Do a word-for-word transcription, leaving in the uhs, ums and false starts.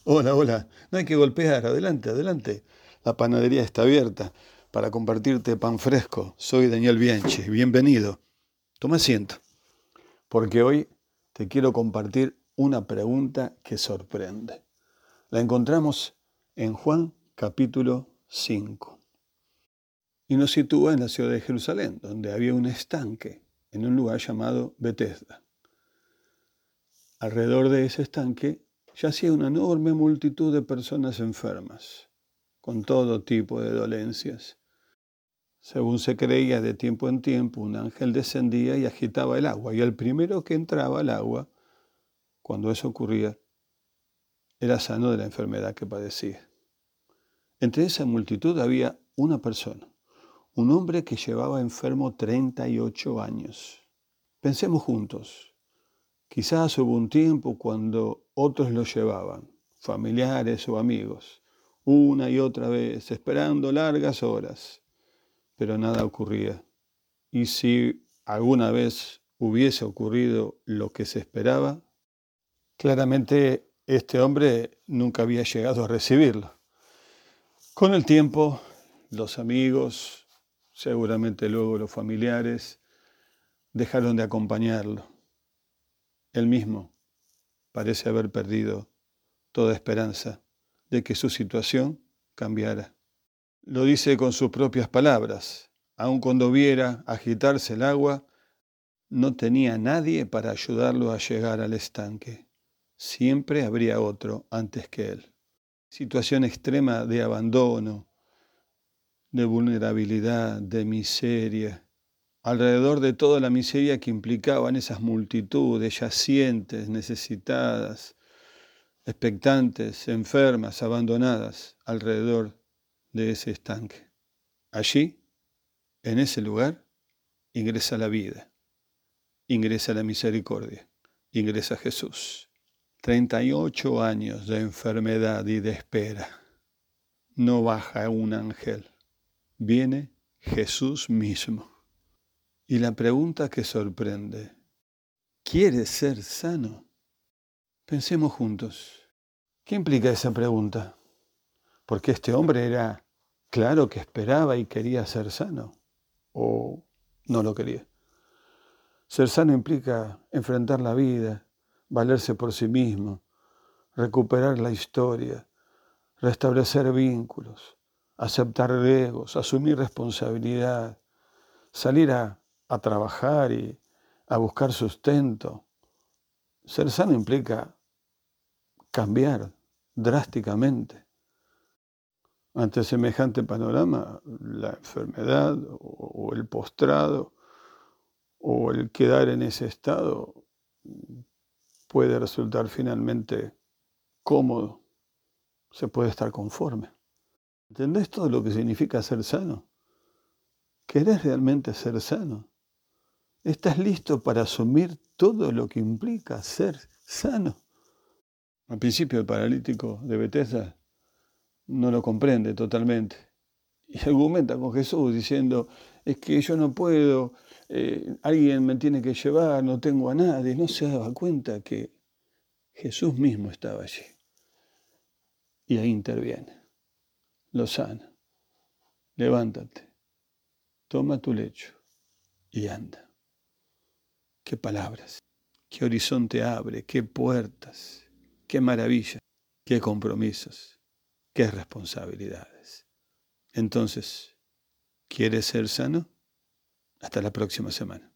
Hola, hola. No hay que golpear. Adelante, adelante. La panadería está abierta para compartirte pan fresco. Soy Daniel Bianchi. Bienvenido. Toma asiento, porque hoy te quiero compartir una pregunta que sorprende. La encontramos en Juan capítulo cinco y nos sitúa en la ciudad de Jerusalén, donde había un estanque en un lugar llamado Betesda. Alrededor de ese estanque yacía una enorme multitud de personas enfermas, con todo tipo de dolencias. Según se creía, de tiempo en tiempo un ángel descendía y agitaba el agua, y el primero que entraba al agua, cuando eso ocurría, era sano de la enfermedad que padecía. Entre esa multitud había una persona, un hombre que llevaba enfermo treinta y ocho años. Pensemos juntos. Quizás hubo un tiempo cuando otros lo llevaban, familiares o amigos, una y otra vez, esperando largas horas, pero nada ocurría. Y si alguna vez hubiese ocurrido lo que se esperaba, claramente este hombre nunca había llegado a recibirlo. Con el tiempo, los amigos, seguramente luego los familiares, dejaron de acompañarlo. Él mismo parece haber perdido toda esperanza de que su situación cambiara. Lo dice con sus propias palabras. Aun cuando viera agitarse el agua, no tenía nadie para ayudarlo a llegar al estanque. Siempre habría otro antes que él. Situación extrema de abandono, de vulnerabilidad, de miseria. Alrededor de toda la miseria que implicaban esas multitudes yacientes, necesitadas, expectantes, enfermas, abandonadas alrededor de ese estanque. Allí, en ese lugar, ingresa la vida, ingresa la misericordia, ingresa Jesús. treinta y ocho años de enfermedad y de espera. No baja un ángel, viene Jesús mismo. Y la pregunta que sorprende, ¿quieres ser sano? Pensemos juntos. ¿Qué implica esa pregunta? Porque este hombre era claro que esperaba y quería ser sano, o no lo quería. Ser sano implica enfrentar la vida, valerse por sí mismo, recuperar la historia, restablecer vínculos, aceptar riesgos, asumir responsabilidad, salir a, a trabajar y a buscar sustento. Ser sano implica cambiar drásticamente. Ante semejante panorama, la enfermedad o el postrado o el quedar en ese estado puede resultar finalmente cómodo, se puede estar conforme. ¿Entendés todo lo que significa ser sano? ¿Querés realmente ser sano? ¿Estás listo para asumir todo lo que implica ser sano? Al principio el paralítico de Betesda no lo comprende totalmente y argumenta con Jesús diciendo, es que yo no puedo, eh, alguien me tiene que llevar, no tengo a nadie. No se daba cuenta que Jesús mismo estaba allí. Y ahí interviene, lo sana. Levántate, toma tu lecho y anda. Qué palabras, qué horizonte abre, qué puertas, qué maravilla, qué compromisos, qué responsabilidades. Entonces, ¿quieres ser sano? Hasta la próxima semana.